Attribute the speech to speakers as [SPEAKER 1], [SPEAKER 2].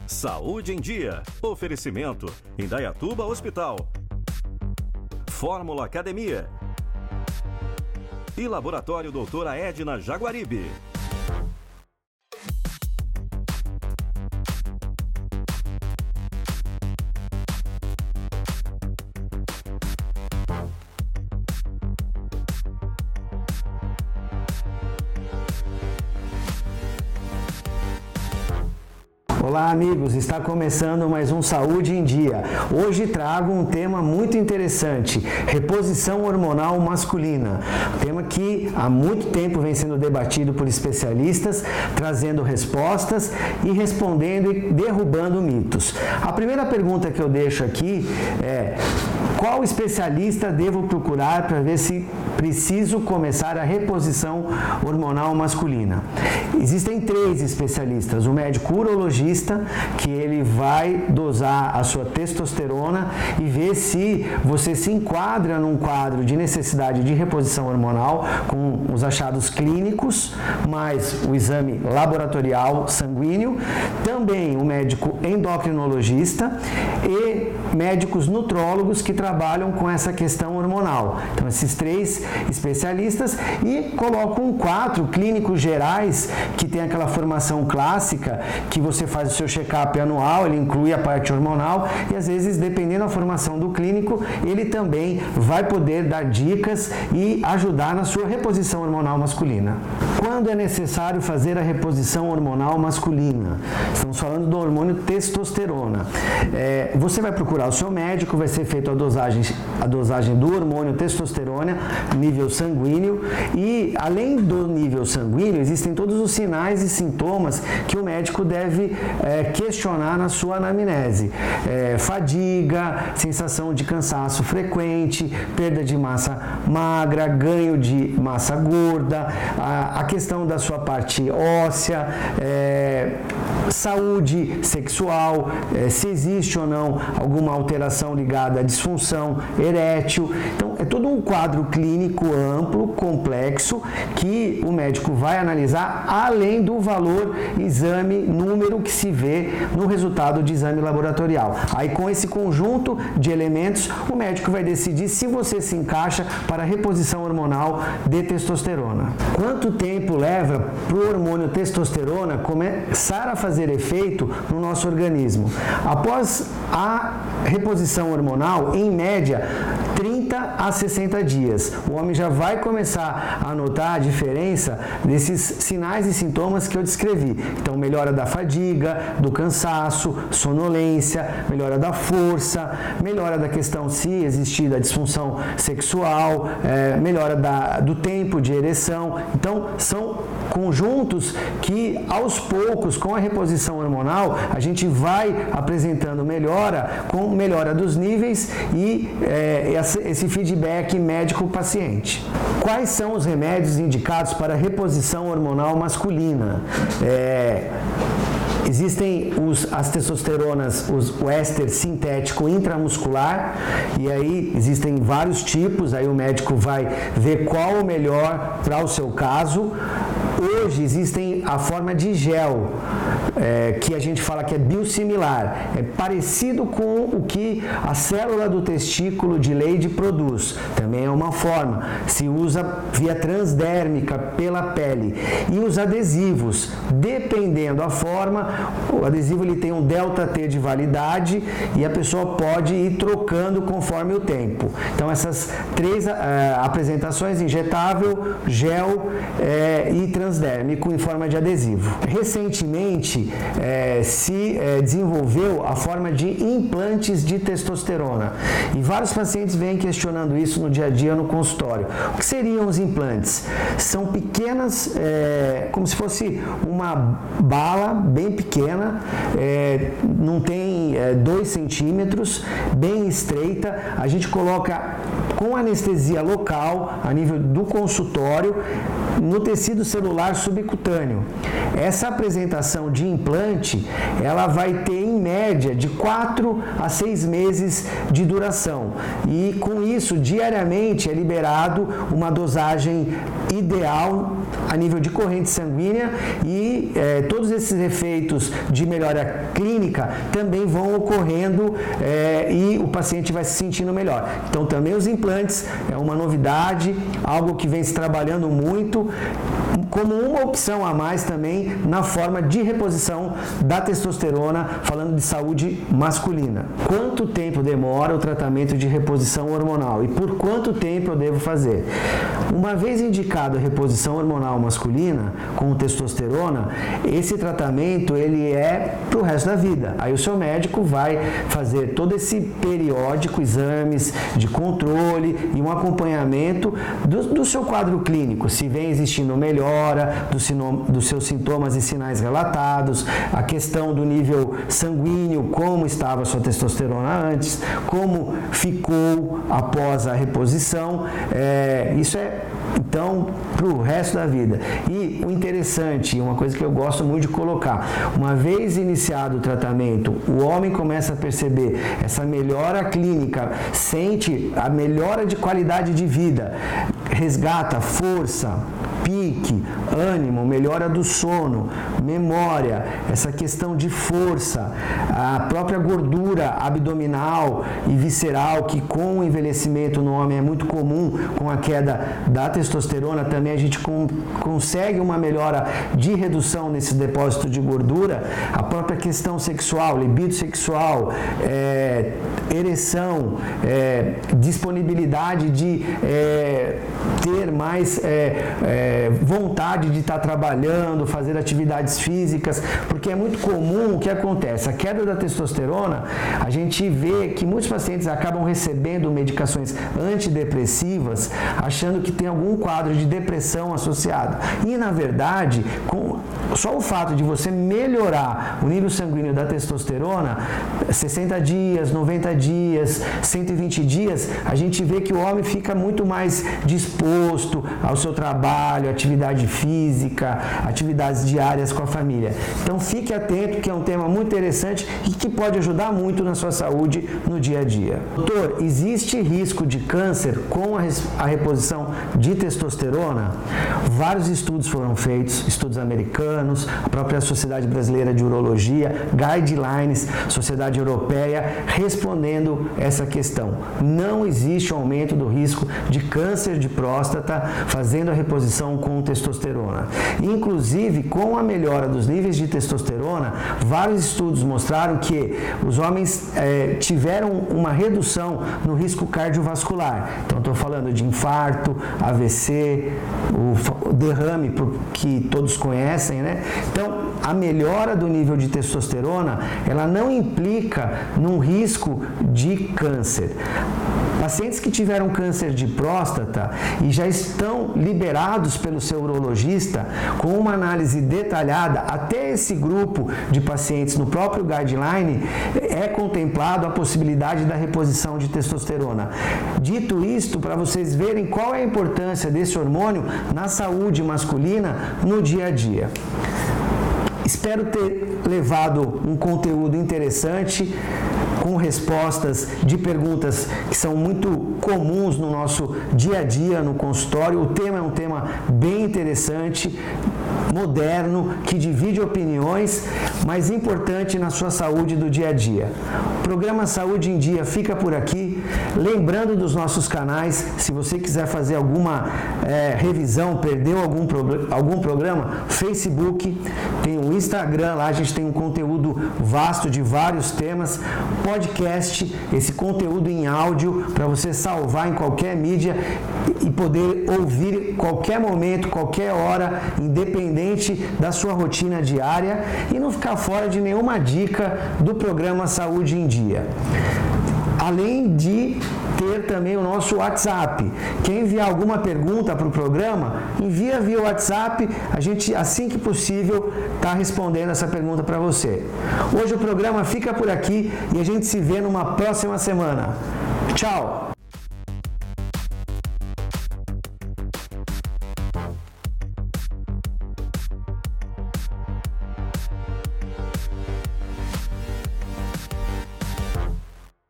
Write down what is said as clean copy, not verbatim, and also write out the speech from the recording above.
[SPEAKER 1] Saúde em Dia. Oferecimento Indaiatuba Hospital. Fórmula Academia. E Laboratório Doutora Edna Jaguaribe.
[SPEAKER 2] Olá amigos, está começando mais um Saúde em Dia. Hoje trago um tema muito interessante, reposição hormonal masculina. Um tema que há muito tempo vem sendo debatido por especialistas, trazendo respostas e respondendo e derrubando mitos. A primeira pergunta que eu deixo aqui é: qual especialista devo procurar para ver se preciso começar a reposição hormonal masculina? Existem 3 especialistas: o médico urologista, que ele vai dosar a sua testosterona e ver se você se enquadra num quadro de necessidade de reposição hormonal com os achados clínicos, mais o exame laboratorial sanguíneo. Também o médico endocrinologista e médicos nutrólogos que trabalham com essa questão hormonal. Então, esses 3 especialistas, e colocam 4 clínicos gerais que tem aquela formação clássica que você faz o seu check-up anual, ele inclui a parte hormonal e às vezes, dependendo da formação do clínico, ele também vai poder dar dicas e ajudar na sua reposição hormonal masculina. Quando é necessário fazer a reposição hormonal masculina? Estamos falando do hormônio testosterona. Você vai procurar o seu médico, vai ser feita a dosagem do hormônio testosterona, nível sanguíneo, e além do nível sanguíneo, existem todos os sinais e sintomas que o médico deve questionar na sua anamnese. Fadiga, sensação de cansaço frequente, perda de massa magra, ganho de massa gorda, a questão da sua parte óssea, saúde sexual, se existe ou não alguma alteração ligada à disfunção erétil. Então, é todo um quadro clínico amplo, complexo, que o médico vai analisar, além do valor, exame, número que se vê no resultado de exame laboratorial. Aí, com esse conjunto de elementos, o médico vai decidir se você se encaixa para a reposição hormonal de testosterona. Quanto tempo leva para o hormônio testosterona começar a fazer efeito no nosso organismo? Após a reposição hormonal, em média, 30 a 60 dias. O homem já vai começar a notar a diferença desses sinais e sintomas que eu descrevi. Então, melhora da fadiga, do cansaço, sonolência, melhora da força, melhora da questão se existir da disfunção sexual, melhora do tempo de ereção. Então, são conjuntos que, aos poucos, com a reposição hormonal, a gente vai apresentando melhora, com melhora dos níveis e esse feedback médico-paciente. Quais são os remédios indicados para a reposição hormonal masculina? Existem as testosteronas, o éster sintético intramuscular, e aí existem vários tipos, aí o médico vai ver qual o melhor para o seu caso. Hoje existem a forma de gel, que a gente fala que é biosimilar, é parecido com o que a célula do testículo de Leydig produz, também é uma forma, se usa via transdérmica pela pele, e os adesivos, dependendo da forma, o adesivo ele tem um ΔT de validade e a pessoa pode ir trocando conforme o tempo. Então, essas 3 apresentações: injetável, gel e transdérmico em forma de adesivo. Recentemente se desenvolveu a forma de implantes de testosterona e vários pacientes vêm questionando isso no dia a dia no consultório. O que seriam os implantes? São pequenas, como se fosse uma bala bem pequena, não tem 2 centímetros, bem estreita. A gente coloca com anestesia local a nível do consultório no tecido celular subcutâneo. Essa apresentação de implante, ela vai ter em média de 4 a 6 meses de duração. E com isso, diariamente é liberado uma dosagem ideal a nível de corrente sanguínea e todos esses efeitos de melhora clínica também vão ocorrendo e o paciente vai se sentindo melhor. Então também os implantes é uma novidade, algo que vem se trabalhando muito, como uma opção a mais também na forma de reposição da testosterona, falando de saúde masculina. Quanto tempo demora o tratamento de reposição hormonal e por quanto tempo eu devo fazer? Uma vez indicado a reposição hormonal masculina com testosterona, esse tratamento ele é para o resto da vida. Aí o seu médico vai fazer todo esse periódico, exames de controle e um acompanhamento do seu quadro clínico, se vem existindo melhora dos seus sintomas e sinais relatados, a questão do nível sanguíneo, como estava a sua testosterona antes, como ficou após a reposição, isso é então para o resto da vida. E o interessante, uma coisa que eu gosto muito de colocar, uma vez iniciado o tratamento, o homem começa a perceber essa melhora clínica, sente a melhora de qualidade de vida, resgata força, pique, ânimo, melhora do sono, memória, essa questão de força, a própria gordura abdominal e visceral, que com o envelhecimento no homem é muito comum, com a queda da testosterona também a gente consegue uma melhora de redução nesse depósito de gordura, a própria questão sexual, libido sexual, ereção, disponibilidade de ter mais vontade de estar trabalhando, fazer atividades físicas, porque é muito comum o que acontece, a queda da testosterona, a gente vê que muitos pacientes acabam recebendo medicações antidepressivas, achando que tem algum quadro de depressão associado, e na verdade, só o fato de você melhorar o nível sanguíneo da testosterona, 60 dias, 90 dias, 120 dias, a gente vê que o homem fica muito mais disposto ao seu trabalho, atividade física, atividades diárias com a família. Então fique atento, que é um tema muito interessante e que pode ajudar muito na sua saúde no dia a dia. Doutor, existe risco de câncer com a reposição de testosterona? Vários estudos foram feitos, estudos americanos, a própria Sociedade Brasileira de Urologia, guidelines, Sociedade Europeia, respondendo essa questão. Não existe aumento do risco de câncer de próstata fazendo a reposição com testosterona. Inclusive, com a melhora dos níveis de testosterona, vários estudos mostraram que os homens tiveram uma redução no risco cardiovascular. Então, estou falando de infarto, AVC, o derrame que todos conhecem, né? Então, a melhora do nível de testosterona, ela não implica num risco de câncer. Pacientes que tiveram câncer de próstata e já estão liberados pelo seu urologista com uma análise detalhada, até esse grupo de pacientes no próprio guideline é contemplado a possibilidade da reposição de testosterona. Dito isto, para vocês verem qual é a importância desse hormônio na saúde masculina no dia a dia. Espero ter levado um conteúdo interessante, com respostas de perguntas que são muito comuns no nosso dia a dia no consultório. O tema é um tema bem interessante, moderno, que divide opiniões, mas importante na sua saúde do dia a dia. O programa Saúde em Dia fica por aqui. Lembrando dos nossos canais, se você quiser fazer alguma revisão, perdeu algum programa, Facebook, tem o Instagram, lá a gente tem um conteúdo vasto de vários temas, podcast, esse conteúdo em áudio para você salvar em qualquer mídia e poder ouvir qualquer momento, qualquer hora, independente da sua rotina diária e não ficar fora de nenhuma dica do programa Saúde em Dia. Além de ter também o nosso WhatsApp. Quem enviar alguma pergunta para o programa, envia via WhatsApp, a gente, assim que possível, está respondendo essa pergunta para você. Hoje o programa fica por aqui e a gente se vê numa próxima semana. Tchau!